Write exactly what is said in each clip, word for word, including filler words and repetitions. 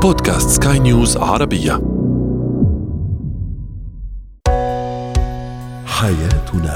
بودكاست سكاي نيوز عربية. حياتنا.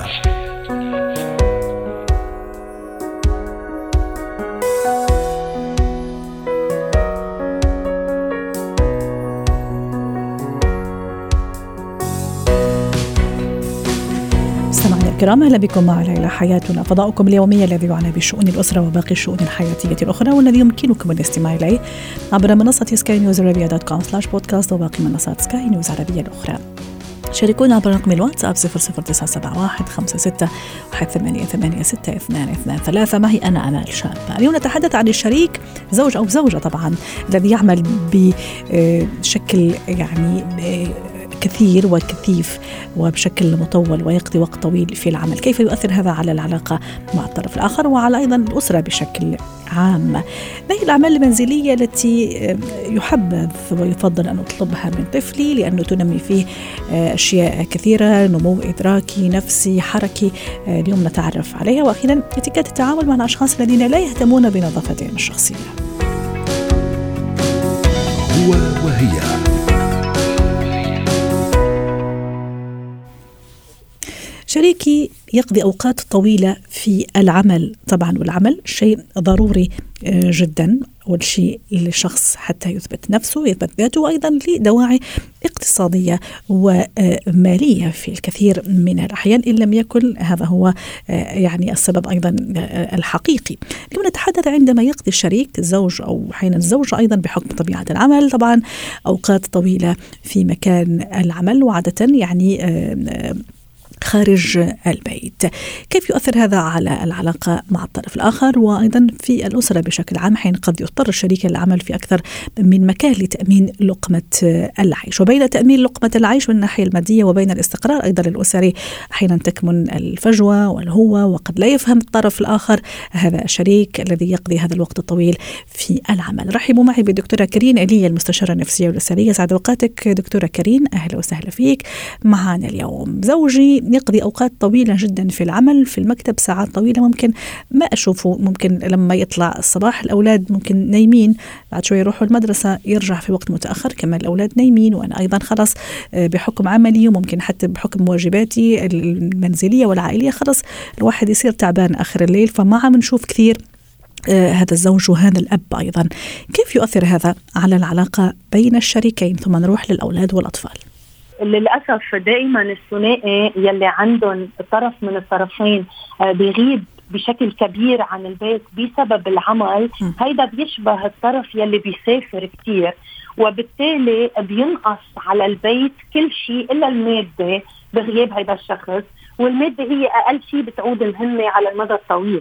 مستمعينا الكرام، أهلا بكم مع ليلى حياتنا، فضاؤكم اليومي الذي يعنى بشؤون الأسرة وباقي الشؤون الحياتية الأخرى، والذي يمكنكم الاستماع إليه عبر منصة سكاي نيوز عربية دوت كوم سلاش بودكاست وباقي منصات سكاي نيوز عربية الأخرى. شاركونا عبر رقم الواتساب صفر صفر تسعة سبعة واحد خمسة ستة واحد ثمانية ثمانية ستة اثنان اثنان ثلاثة. معي أنا أمال شابة. اليوم نتحدث عن الشريك، زوج أو زوجة طبعا، الذي يعمل بشكل يعني كثير وكثيف وبشكل مطول ويقضي وقت طويل في العمل. كيف يؤثر هذا على العلاقة مع الطرف الآخر وعلى أيضا الأسرة بشكل عام؟ ما هي الأعمال المنزلية التي يحبذ ويفضل أن أطلبها من طفلي لأنه تنمي فيه أشياء كثيرة، نمو إدراكي، نفسي، حركي؟ اليوم نتعرف عليها. وأخيرا اتكات التعامل مع الأشخاص الذين لا يهتمون بنظافتهم الشخصية. هو وهي. شريكي يقضي أوقات طويلة في العمل، طبعا والعمل شيء ضروري جدا، والشيء للشخص حتى يثبت نفسه، يثبت ذاته، وأيضا لدواعي اقتصادية ومالية في الكثير من الأحيان، إن لم يكن هذا هو يعني السبب أيضا الحقيقي. اليوم نتحدث عندما يقضي الشريك، الزوج أو أحيانا الزوجة أيضا بحكم طبيعة العمل طبعا، أوقات طويلة في مكان العمل، وعادة يعني خارج البيت. كيف يؤثر هذا على العلاقة مع الطرف الآخر وأيضا في الأسرة بشكل عام، حين قد يضطر الشريك للعمل في أكثر من مكان لتأمين لقمة العيش؟ وبين تأمين لقمة العيش من الناحية المادية وبين الاستقرار أيضا الأسري أحيانا تكمن الفجوة والهوة، وقد لا يفهم الطرف الآخر هذا الشريك الذي يقضي هذا الوقت الطويل في العمل. رحبوا معي بالدكتورة كريم إيليا، المستشارة النفسية والأسرية. سعد أوقاتك دكتورة كريم، أهلا وسهلا فيك معنا اليوم. زوجي يقضي أوقات طويلة جدا في العمل، في المكتب ساعات طويلة، ممكن ما أشوفه، ممكن لما يطلع الصباح الأولاد ممكن نايمين، بعد شوية يروحوا المدرسة يرجع في وقت متأخر، كمان الأولاد نايمين، وأنا أيضا خلص بحكم عملي وممكن حتى بحكم واجباتي المنزلية والعائلية خلص الواحد يصير تعبان آخر الليل، فما عم نشوف كثير هذا الزوج وهذا الأب أيضا. كيف يؤثر هذا على العلاقة بين الشريكين؟ ثم نروح للأولاد والأطفال. للأسف دائما الثنائي يلي عندهم طرف من الطرفين بيغيب بشكل كبير عن البيت بسبب العمل، هيدا بيشبه الطرف يلي بيسافر كتير، وبالتالي بينقص على البيت كل شيء إلا المادة بغياب هيدا الشخص، والمادة هي أقل شيء بتعود مهمة على المدى الطويل.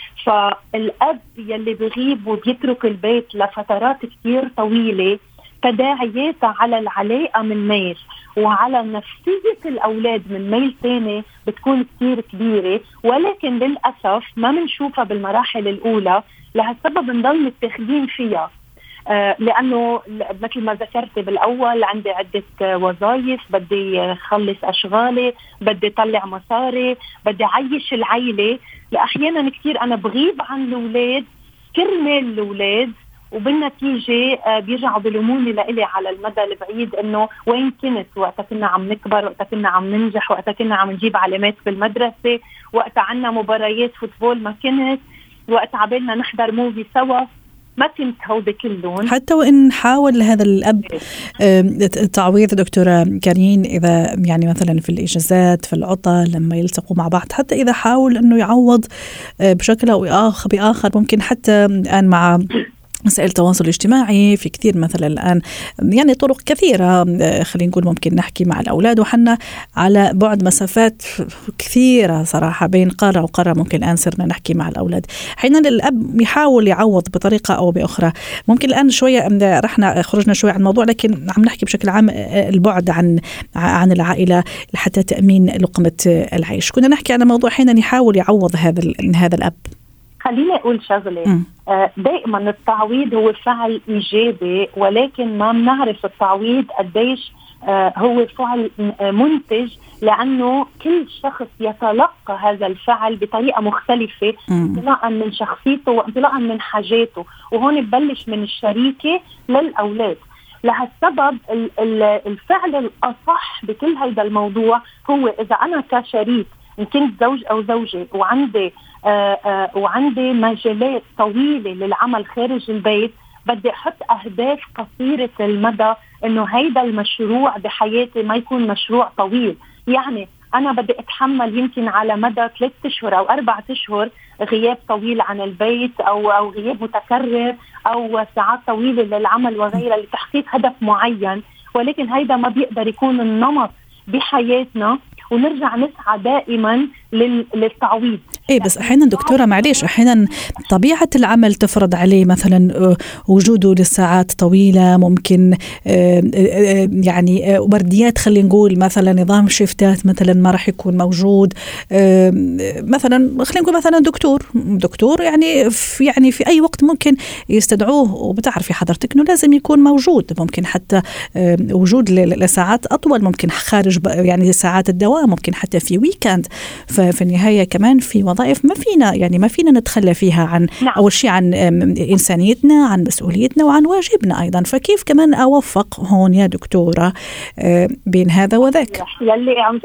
فالأب يلي بيغيب وبيترك البيت لفترات كتير طويلة تداعياتها على العلاقة من ميل، وعلى نفسية الأولاد من ميل تاني بتكون كتير كبيرة، ولكن للأسف ما منشوفها بالمراحل الأولى. لهالسبب نضل متخذين فيها، آه لأنه مثل ما ذكرت بالأول عندي عدة وظائف، بدي خلص أشغالي، بدي طلع مصاري، بدي عيش العيلة. لأحيانا كتير أنا بغيب عن الأولاد كرمال الأولاد، وبالنتيجة بيرجعوا بلوموني لإلي على المدى البعيد إنه وين كنت وقتا كنا عم نكبر، وقتا كنا عم ننجح، وقتا كنا عم نجيب علامات بالمدرسة، وقتا عنا مباريات فوتبول ما كنت، وقتا عبالنا نحضر موفي سوا ما كنت. هودي كلهم حتى وإن حاول هذا الأب تعويض دكتورة كريم، إذا يعني مثلا في الإجازات في العطل لما يلتقوا مع بعض، حتى إذا حاول أنه يعوض بشكل أو بآخر، ممكن حتى الآن مع مسائل التواصل الاجتماعي في كثير مثلا الآن يعني طرق كثيرة، خلينا نقول ممكن نحكي مع الأولاد وحنا على بعد مسافات كثيرة صراحة بين قارة وقارة، ممكن الآن صرنا نحكي مع الأولاد. حين الأب يحاول يعوض بطريقة أو بأخرى، ممكن الآن شوية رحنا خرجنا شوية عن الموضوع، لكن عم نحكي بشكل عام البعد عن عن العائلة حتى تأمين لقمة العيش. كنا نحكي على موضوع حين يحاول يعوض هذا هذا الأب. خليني أقول شغلة، دائما التعويض هو فعل إيجابي، ولكن ما بنعرف التعويض قديش هو فعل منتج، لأنه كل شخص يتلقى هذا الفعل بطريقة مختلفة انطلاقا من شخصيته وانطلاقا من حاجاته. وهون ببلش من الشريكة للأولاد. لهالسبب الفعل الأصح بكل هذا الموضوع هو إذا أنا كشريك إن كنت زوج أو زوجة وعندي آآ آآ وعندي مجالات طويلة للعمل خارج البيت، بدي أحط أهداف قصيرة المدى إنه هيدا المشروع بحياتي ما يكون مشروع طويل. يعني أنا بدي أتحمل يمكن على مدى ثلاثة أشهر أو أربعة أشهر غياب طويل عن البيت أو أو غياب متكرر أو ساعات طويلة للعمل وغيرها لتحقيق هدف معين، ولكن هيدا ما بيقدر يكون النمط بحياتنا ونرجع نسعى دائما للتعويض. ايه بس احيانا دكتورة معليش احيانا طبيعة العمل تفرض عليه مثلا وجوده للساعات طويلة، ممكن يعني ورديات خلينا نقول مثلا نظام شيفتات مثلا ما راح يكون موجود. مثلا خلينا نقول مثلا دكتور دكتور يعني في يعني في اي وقت ممكن يستدعوه، وبتعرفي حضرتك انه لازم يكون موجود، ممكن حتى وجود لساعات اطول، ممكن خارج يعني ساعات الدوام، ممكن حتى في ويكند. ففي النهاية كمان في وظائف ما فينا يعني ما فينا نتخلى فيها عن نعم. أول شيء عن إنسانيتنا، عن مسؤوليتنا، وعن واجبنا أيضا. فكيف كمان أوفق هون يا دكتورة بين هذا وذاك؟ يلي عم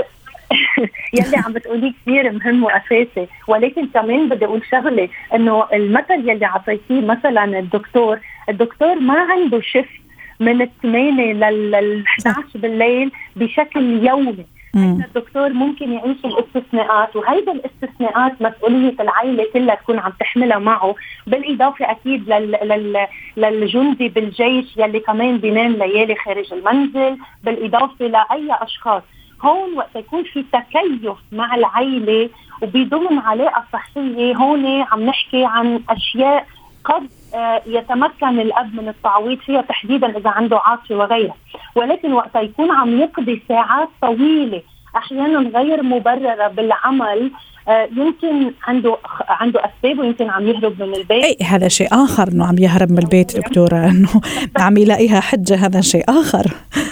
يلي عم بتقولي كثير مهم وأساسي، ولكن كمان بدي أقول شغلة إنه المثل يلي عطيتيه مثلا الدكتور الدكتور ما عنده شفت من الثمانية للإحدى عشر بالليل بشكل يومي. الدكتور ممكن يعيش الاستثناءات، وهيدا الاستثناءات مسؤولية العائلة كلها تكون عم تحملها معه، بالإضافة أكيد لل... لل... للجندي بالجيش يلي كمان بينام ليالي خارج المنزل، بالإضافة لأي أشخاص. هون وقت يكون في تكيف مع العائلة وبيضمن علاقة صحية، هون عم نحكي عن أشياء قد يتمكن الأب من التعويض فيها، تحديدا إذا عنده عاطفة وغيرها. ولكن وقت يكون عم يقضي ساعات طويلة أحيانا غير مبررة بالعمل، يمكن عنده عنده أسباب ويمكن عم يهرب من البيت. أي هذا شيء آخر، إنه عم يهرب من البيت دكتورة، إنه عم يلاقيها حجة، هذا شيء آخر.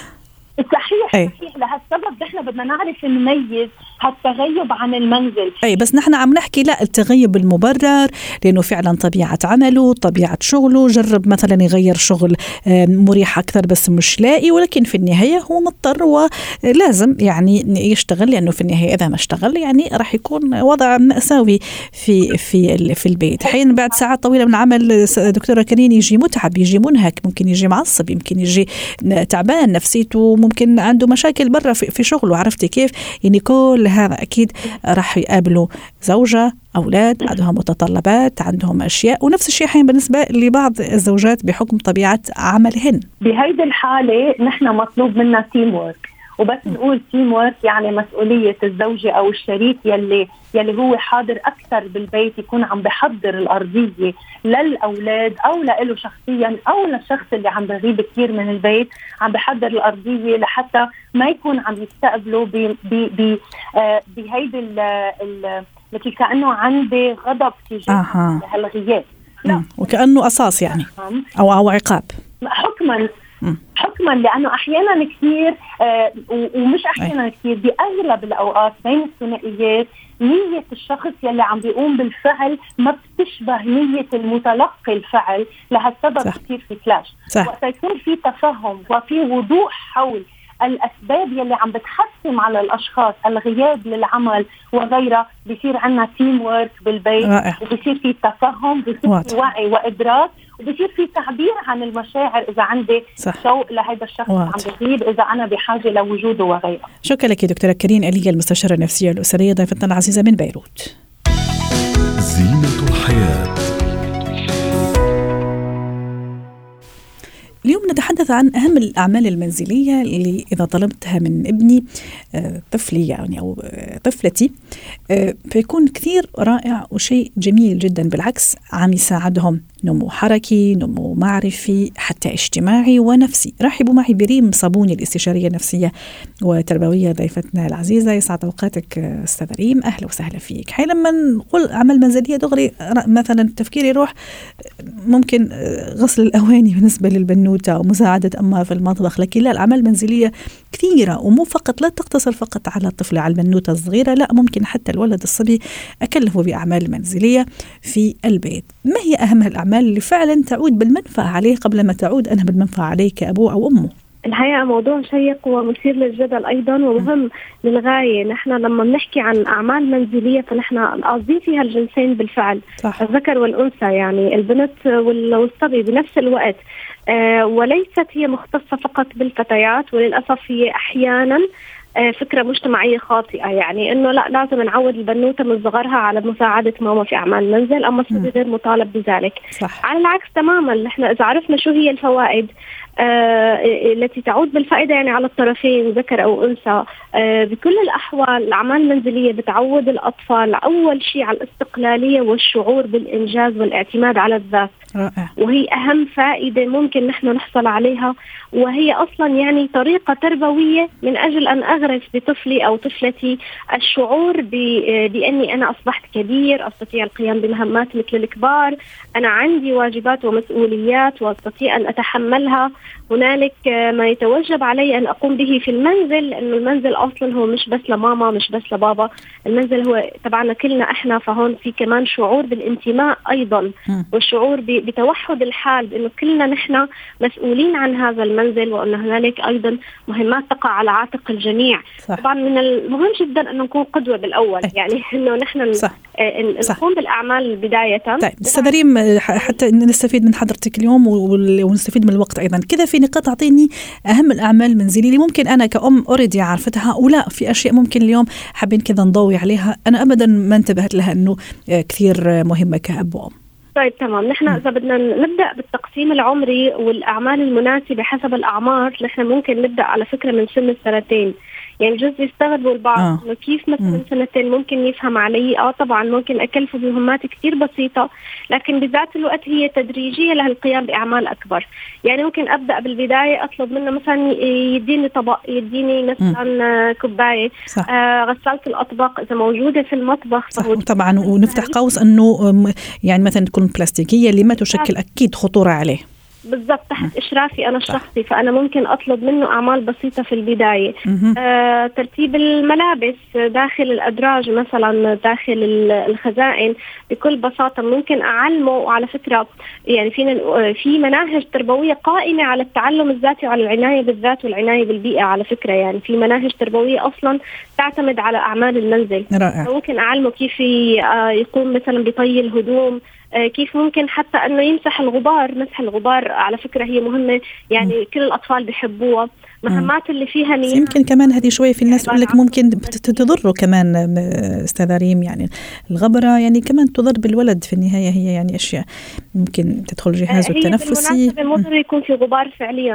صحيح أي. صحيح. لهالسبب نحن بدنا نعرف نميز هالتغيب عن المنزل. أي بس نحن عم نحكي لا التغيب المبرر، لأنه فعلا طبيعة عمله طبيعة شغله، جرب مثلا يغير شغل مريح أكثر بس مش لاقي، ولكن في النهاية هو مضطر ولازم يعني يشتغل، لأنه في النهاية إذا ما اشتغل يعني راح يكون وضع مأساوي في في في البيت. حين بعد ساعات طويلة من العمل دكتورة كريم يجي متعب، يجي منهك، ممكن يجي معصب، يمكن يجي تعبان نفسيته، ممكن عنده مشاكل برا في, في شغله. عرفتي كيف؟ يعني كل هذا أكيد راح يقابلوا زوجة، أولاد، عندهم متطلبات، عندهم أشياء، ونفس الشيء حين بالنسبة لبعض الزوجات بحكم طبيعة عملهن. بهيدي الحالة نحن مطلوب منا تيم وورك، وبس نقول تيم وورك يعني مسؤولية الزوجة أو الشريك يلي يلي هو حاضر أكثر بالبيت، يكون عم بحضر الأرضية للأولاد أو لإله شخصيا أو للشخص اللي عم بغيب كثير من البيت، عم بحضر الأرضية لحتى ما يكون عم يستقبلوا بهيدي التي كأنه عندي غضب تجاه هالغياب. لا وكأنه أساس يعني أو أو عقاب حكما حكما لأنه أحيانا كثير آه ومش أحيانا كثير بأغلب الأوقات بين الثنائيات نية الشخص يلي عم بيقوم بالفعل ما بتشبه نية المتلقي الفعل، لهالسبب كثير في كلاش. وقت يكون في تفهم وفي وضوح حول الأسباب يلي عم بتحسم على الأشخاص الغياب للعمل وغيرها، بيصير عنا تيم وورك بالبيت، وبيصير في تفهم، بيصير في وعي وإدراك، وبيصير في تعبير عن المشاعر إذا عندي شوق لهذا الشخص عم بغيب، إذا أنا بحاجة لوجوده وغيره. شكرا لك دكتورة كريم آلية، المستشارة النفسية الأسرية، ضيفتنا العزيزة من بيروت. زينة الحياة. اليوم نتحدث عن أهم الأعمال المنزلية اللي إذا طلبتها من ابني طفلي يعني أو طفلتي فيكون كثير رائع وشيء جميل جدا، بالعكس عم يساعدهم نمو حركي، نمو معرفي، حتى اجتماعي ونفسي. رحبوا معي بريم صابوني، الاستشارية النفسية وتربوية، ضيفتنا العزيزة. يسعد أوقاتك أستاذ ريم، أهلا وسهلا فيك. حين لما نقول أعمال منزلية دغري مثلا التفكير يروح ممكن غسل الأواني بالنسبة للبنوت البنوتة ومساعدة أمها في المطبخ، لكن لا، الأعمال المنزلية كثيرة ومو فقط، لا تقتصر فقط على الطفل على البنوتة الصغيرة، لا ممكن حتى الولد الصبي أكلفه بأعمال منزلية في البيت. ما هي أهم الأعمال اللي فعلا تعود بالمنفعة عليه قبل ما تعود أنا بالمنفعة عليه كأبوه أو أمه؟ الحقيقة موضوع شيق ومثير للجدل أيضا ومهم للغاية. نحن لما بنحكي عن أعمال منزلية فنحن قاصدين فيها الجنسين بالفعل، صح. الذكر والأنثى، يعني البنت والصبي بنفس الوقت، آه وليست هي مختصة فقط بالفتيات. وللأسف هي أحيانا فكرة مجتمعية خاطئة، يعني إنه لا لازم نعود البنوتة من صغرها على مساعدة ماما في أعمال المنزل، أما الصبي غير مطالب بذلك. صح. على العكس تماما، نحن إذا عرفنا شو هي الفوائد آه التي تعود بالفائدة يعني على الطرفين ذكر أو أنثى، آه بكل الأحوال الأعمال المنزلية بتعود الأطفال أول شيء على الاستقلالية والشعور بالإنجاز والاعتماد على الذات. رائع. وهي أهم فائدة ممكن نحن نحصل عليها، وهي أصلا يعني طريقة تربوية من أجل أن أغرس بطفلي أو طفلتي الشعور بأني أنا أصبحت كبير، أستطيع القيام بمهمات مثل الكبار، أنا عندي واجبات ومسؤوليات وأستطيع أن أتحملها. هنالك ما يتوجب علي أن أقوم به في المنزل، لأنه المنزل أصلا هو مش بس لماما مش بس لبابا، المنزل هو طبعا كلنا إحنا، فهون في كمان شعور بالانتماء أيضا والشعور بتوحد الحال بأنه كلنا نحن مسؤولين عن هذا المنزل، وأن هنالك أيضا مهمات تقع على عاتق الجميع. صح. طبعا من المهم جدا أن نكون قدوة بالأول، أي. يعني أنه نحن صح. نقوم بالأعمال بداية. طيب أستاذة ريم، حتى نستفيد من حضرتك اليوم ونستفيد من الوقت أيضا، كذا في نقاط أعطيني أهم الأعمال المنزلية اللي ممكن أنا كأم أوريدي عارفتها، ولا في أشياء ممكن اليوم حابين كذا نضوي عليها أنا أبدا ما انتبهت لها أنه كثير مهمة كأب وأم؟ طيب تمام، نحن إذا بدنا نبدأ بالتقسيم العمري والأعمال المناسبة حسب الأعمار، نحن ممكن نبدأ على فكرة من سن السنتين. يعني جزء يستغربوا البعض آه. إنه كيف مثلا سنتين ممكن يفهم علي. آه طبعا ممكن أكلفه بمهمات كتير بسيطة، لكن بذات الوقت هي تدريجية له القيام بأعمال أكبر. يعني ممكن أبدأ بالبداية أطلب منه مثلا يديني طبق، يديني مثلا كوباية، آه غسالة الأطباق إذا موجودة في المطبخ. صح. طبعا ونفتح قوس أنه يعني مثلا تكون بلاستيكية اللي ما تشكل أكيد خطورة عليه. بالضبط، تحت إشرافي أنا الشخصي، فأنا ممكن أطلب منه أعمال بسيطة في البداية. آه، ترتيب الملابس داخل الأدراج مثلا، داخل الخزائن، بكل بساطة ممكن أعلمه. وعلى فكرة يعني فينا في مناهج تربوية قائمة على التعلم الذاتي وعلى العناية بالذات والعناية بالبيئة. على فكرة يعني في مناهج تربوية أصلا تعتمد على أعمال المنزل. رائع. ممكن أعلمه كيف يقوم مثلا بطي الهدوم، كيف ممكن حتى أنه يمسح الغبار. مسح الغبار على فكرة هي مهمة، يعني م. كل الأطفال بيحبوها. مهمات اللي فيها مياه، يمكن كمان هذه شوي في الناس يقول لك ممكن تضره كمان أستاذة ريم، يعني الغبرة يعني كمان تضر بالولد في النهاية، هي يعني أشياء ممكن تدخل جهازه التنفسي. هي بالمناسبة يكون في غبار فعليا.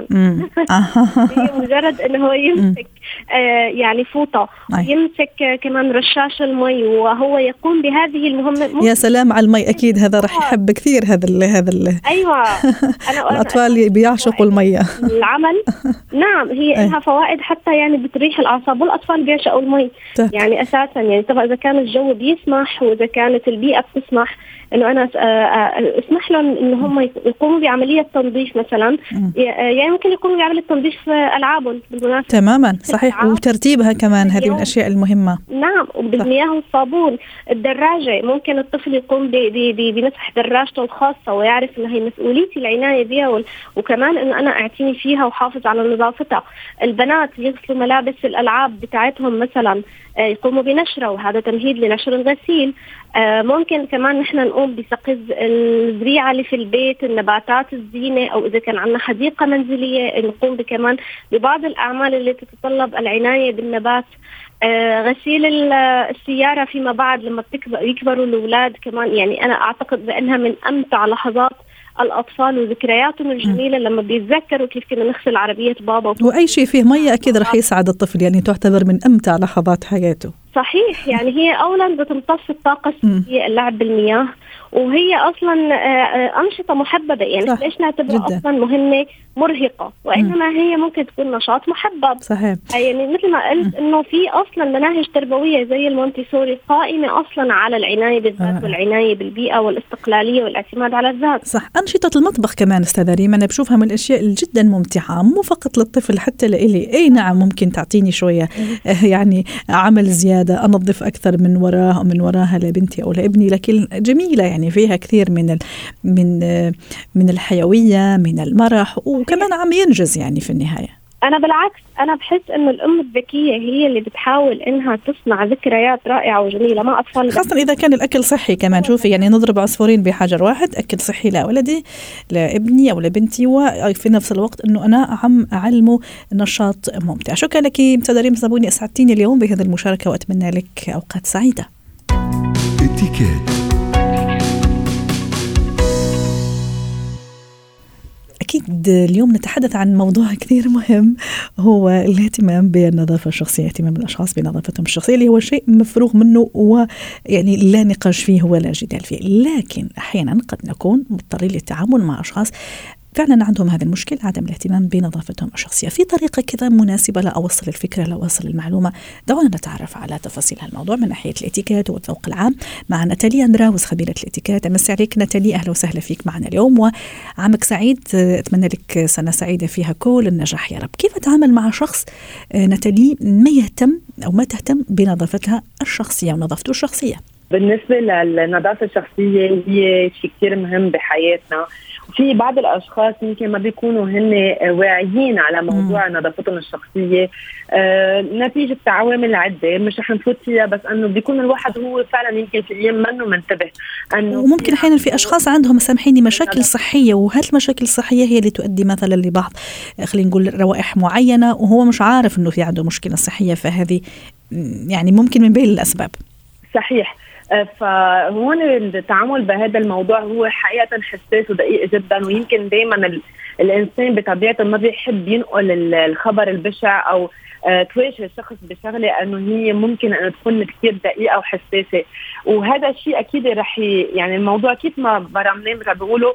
هي مجرد أنه هو يمسك آه يعني فوطة، يمسك كمان رشاش المي وهو يقوم بهذه المهمة. يا سلام على المي، أكيد هذا راح يحب كثير هذا ال هذا ال أيوة. أنا الأطفال بيعشقوا المية. العمل نعم هي لها فوائد حتى يعني بتريح الأعصاب، والأطفال بيعشقوا المي يعني أساسا. يعني طبعا إذا كان الجو بيسمح وإذا كانت البيئة بتسمح إنه أنا أسمح لهم إن هم يقوموا بعملية تنظيف مثلا، يعني ممكن يقوموا بعملية تنظيف ألعابهم بالمناسبة. تماما صحيح، وترتيبها كمان هذه من الأشياء المهمة. نعم، وبالمياه والصابون. الدراجة ممكن الطفل يقوم بمسح دراجته الخاصة ويعرف إن هي مسؤوليتي العناية بها، وكمان إنه أنا أعتني فيها وحافظ على نظافتها. البنات يغسلوا ملابس الألعاب بتاعتهم مثلا، يقوموا بنشرة، وهذا تمهيد لنشر الغسيل. ممكن كمان نحن نقوم بسقي الزريعة اللي في البيت، النباتات الزينة، أو إذا كان عندنا حديقة منزلية نقوم بكمان ببعض الأعمال اللي تتطلب العناية بالنبات. غسيل السيارة فيما بعد لما يكبروا الأولاد كمان، يعني أنا أعتقد بأنها من أمتع لحظات الأطفال وذكرياتهم الجميلة لما بيتذكروا كيف كنا نغسل عربية بابا. وأي شيء فيه مية أكيد رح يسعد الطفل، يعني تعتبر من أمتع لحظات حياته. صحيح. يعني هي أولا بتمتص الطاقة السلبية اللعب بالمياه، وهي أصلا أنشطة محببة. يعني ليش نعتبرها أصلا مهمة مرهقة، وإنما هي ممكن تكون نشاط محبب. صحيح. يعني مثل ما قلت إنه في أصلا مناهج تربوية زي المونتيسوري قائمة أصلا على العناية بالذات آه. والعناية بالبيئة والاستقلالية والاعتماد على الذات. صح. أنشطة المطبخ كمان أستاذة ريما أنا بشوفها من الأشياء جدا ممتعة، مو فقط للطفل حتى لإلي. أي نعم ممكن تعطيني شوية يعني عمل زيادة، أنظف أكثر من وراه ومن وراها لبنتي أو لابني، لكن جميلة يعني فيها كثير من ال من من الحيوية، من المرح، وكمان عم ينجز يعني في النهاية. أنا بالعكس، أنا بحس إنه الأم الذكية هي اللي بتحاول إنها تصنع ذكريات رائعة وجميلة مع أطفالها، خاصة إذا كان الأكل صحي كمان. شوفي يعني نضرب عصفورين بحجر واحد، أكل صحي لولدي لابني أو لبنتي، وفي نفس الوقت إنه أنا عم أعلمه نشاط ممتع. شكرا لك أستاذة ريما صابوني، أسعدتيني اليوم بهذه المشاركة وأتمنى لك أوقات سعيدة. أكيد اليوم نتحدث عن موضوع كثير مهم، هو الاهتمام بالنظافة الشخصية، اهتمام الأشخاص بنظافتهم الشخصية، اللي هو شيء مفروغ منه ويعني لا نقاش فيه ولا جدال فيه. لكن أحيانا قد نكون مضطرين للتعامل مع أشخاص فعلا عندهم هذا المشكل، عدم الاهتمام بنظافتهم الشخصية. في طريقة كذا مناسبة لأوصل الفكرة، لأوصل المعلومة. دعونا نتعرف على تفاصيل هالموضوع من ناحية الاتيكيت والذوق العام مع ناتالي أندراوس خبيرة الاتيكيت. أمسي عليك ناتالي، أهلا وسهلا فيك معنا اليوم وعامك سعيد، أتمنى لك سنة سعيدة فيها كل النجاح يا رب. كيف أتعامل مع شخص ناتالي ما يهتم أو ما تهتم بنظافتها الشخصية ونظافته الشخصية؟ بالنسبة للنظافة الشخصية هي شيء كتير مهم بحياتنا. في بعض الأشخاص يمكن ما بيكونوا هن واعيين على موضوع نظافتهم الشخصية آه، نتيجة عوامل عدة مش رح نفوت فيها، بس أنه بيكون الواحد هو فعلا يمكن في اليوم منه منتبه أنه وممكن أحيانا في أشخاص عندهم سامحيني مشاكل صحية، وهذه المشاكل الصحية هي اللي تؤدي مثلا لبعض خلينا نقول روائح معينة وهو مش عارف أنه في عنده مشكلة صحية، فهذه يعني ممكن من بين الأسباب. صحيح. فهون التعامل بهذا الموضوع هو حقيقة حساس ودقيق جدا، ويمكن دايما الإنسان بطبيعته ما بيحب ينقل الخبر البشع أو تواجه الشخص بشغلة أنه هي ممكن أن تكون كتير دقيقة وحساسة. وهذا الشيء أكيد رح يعني الموضوع كيف ما برمناه مثل بيقولوا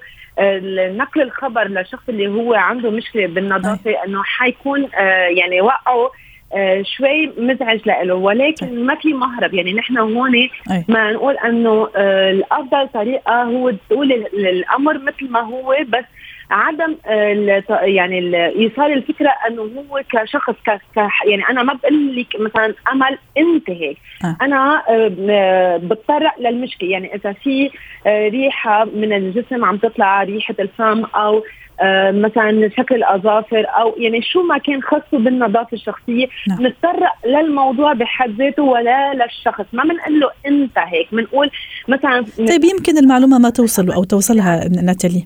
نقل الخبر للشخص اللي هو عنده مشكلة بالنظافة أنه حيكون يعني وقعه آه شوي مزعج له، ولكن ما في مهرب. يعني نحن هون ما نقول انه آه الافضل طريقه هو تقول الامر مثل ما هو، بس عدم آه يعني ايصال الفكره انه هو كشخص ك يعني انا ما بقول لك مثلا امل انت هيك آه. انا آه بتطرق للمشكله. يعني اذا في آه ريحه من الجسم عم تطلع، ريحه الفم او آه مثلا شكل الأظافر أو يعني شو ما كان خاصه بالنظافة الشخصية، نعم. نتطرق للموضوع بحد ذاته ولا للشخص، ما بنقول له أنت هيك، بنقول مثلا طيب يمكن المعلومة ما توصل أو توصلها ناتالي.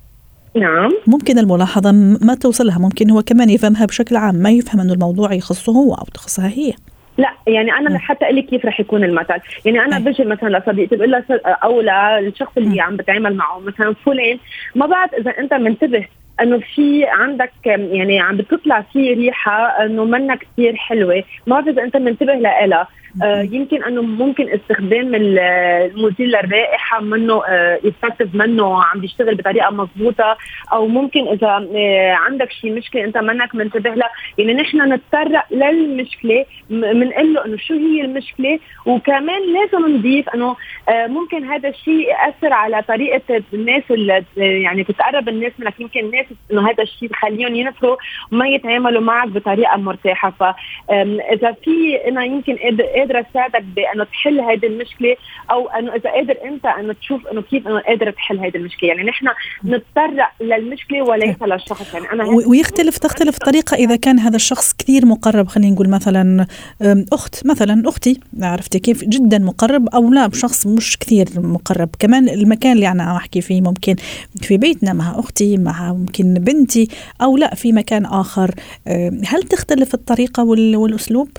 نعم ممكن الملاحظة ما توصلها، ممكن هو كمان يفهمها بشكل عام، ما يفهم أنه الموضوع يخصه هو أو تخصها هي. لا يعني أنا م. حتى أقول لك كيف رح يكون المثل. يعني أنا بجي مثلا لصديقتي بقول لها أو للشخص اللي م. عم بتعامل معه مثلا فلان، ما بعد إذا أنت منتبه انه في عندك يعني عم بتطلع في ريحه انه منا كتير حلوه، ما بعرف اذا انت منتبه لها. آه يمكن انه ممكن استخدام المزيل للرائحه منه آه يستكتف منه عم بيشتغل بطريقه مضبوطه، او ممكن اذا آه عندك شيء مشكله انت منك منتبه لها. يعني نحن نتطرق للمشكله، بنقول له انه شو هي المشكله، وكمان لازم نضيف انه آه ممكن هذا الشيء ياثر على طريقه الناس اللي يعني تتقرب الناس منك، يمكن الناس انه هذا الشيء بخليهم ينفروا وما يتعاملوا معك بطريقه مرتاحه. فاذا في انا يمكن قادرة تساعدك بأنه تحل هذه المشكلة، أو أنه إذا قادر أنت أنه تشوف أنه كيف أنه قادر تحل هذه المشكلة. يعني نحن نتطرق للمشكلة وليس للشخص. يعني أنا ويختلف تختلف الطريقة إذا كان هذا الشخص كثير مقرب، خلينا نقول مثلا أخت مثلا أختي، عرفتي كيف جدا مقرب، أو لا شخص مش كثير مقرب. كمان المكان اللي أنا أحكي فيه ممكن في بيتنا مع أختي، مع ممكن بنتي، أو لا في مكان آخر. هل تختلف الطريقة والأسلوب؟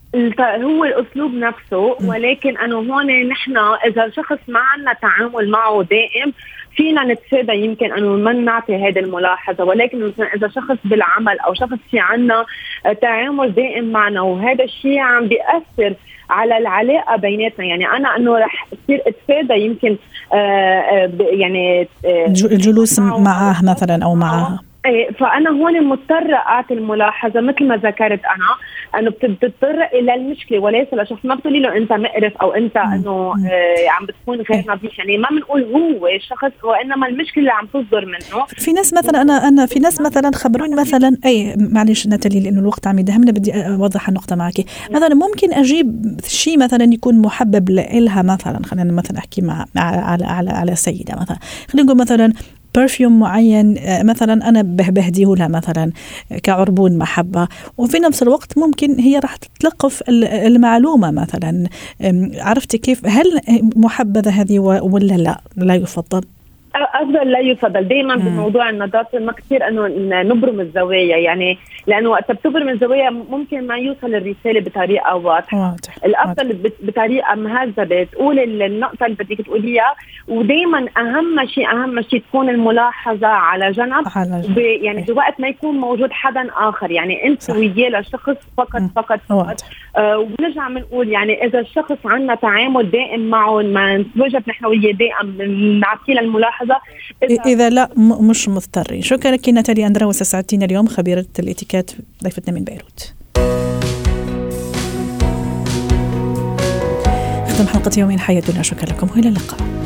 هو الأسلوب نفسه، ولكن أنه هون نحن إذا شخص ما عنا تعامل معه دائم فينا نتفادى يمكن أنه ما نعطي هذه الملاحظة، ولكن إذا شخص بالعمل أو شخص في عنا تعامل دائم معنا وهذا الشيء عم بيأثر على العلاقة بيناتنا، يعني أنا أنه رح أصير أتفادى يمكن آه يعني آه الجلوس معه مثلا أو معها، فأنا هون مضطرة أعطي الملاحظة مثل ما ذكرت أنا أنه بتضطر إلى المشكلة وليس لشخص. ما بتقولي له أنت مقرف أو أنت أنه آه عم بتكون غير نظيف، يعني ما بنقول هو الشخص وإنما المشكلة اللي عم تصدر منه. في ناس مثلا أنا أنا في ناس مثلا خبروني مثلا أي معلش ناتالي لأنه الوقت عم يدهمنا بدي أوضح النقطة معك. مثلا ممكن أجيب شيء مثلا يكون محبب لها، مثلا خلينا مثلا أحكي مع على على على سيدة مثلا، خلينا نقول مثلا برفيوم معين مثلا أنا بهديه لها مثلا كعربون محبة، وفي نفس الوقت ممكن هي راح تتلقف المعلومة مثلا. عرفتي كيف؟ هل محبذة هذه ولا لا لا يفضل؟ أفضل لا يفضل دائما بموضوع النظافة. ما كثير أنه نبرم الزوايا، يعني لأنه وقت بتبرم الزوايا ممكن ما يوصل الرسالة بطريقة واضحة. الأفضل بطريقة مهذبة تقول النقطة اللي بدك تقوليها، ودائما أهم شيء أهم شيء تكون الملاحظة على جنب، يعني بوقت ما يكون موجود حدا آخر، يعني أنت وياه لشخص فقط فقط فقط. آه ونرجع بنقول يعني إذا الشخص عنا تعامل دائم معه ما نتوجب نحن وياه دائما نعطيه الملاحظة إذا, إذا لا م- مش مضطرين. شكرا لك ناتالي أندراوس، ساعدتينا اليوم خبيرة الاتيكيت ضيفتنا من بيروت. ختم حلقة يومين حياتنا، شكرا لكم وإلى اللقاء.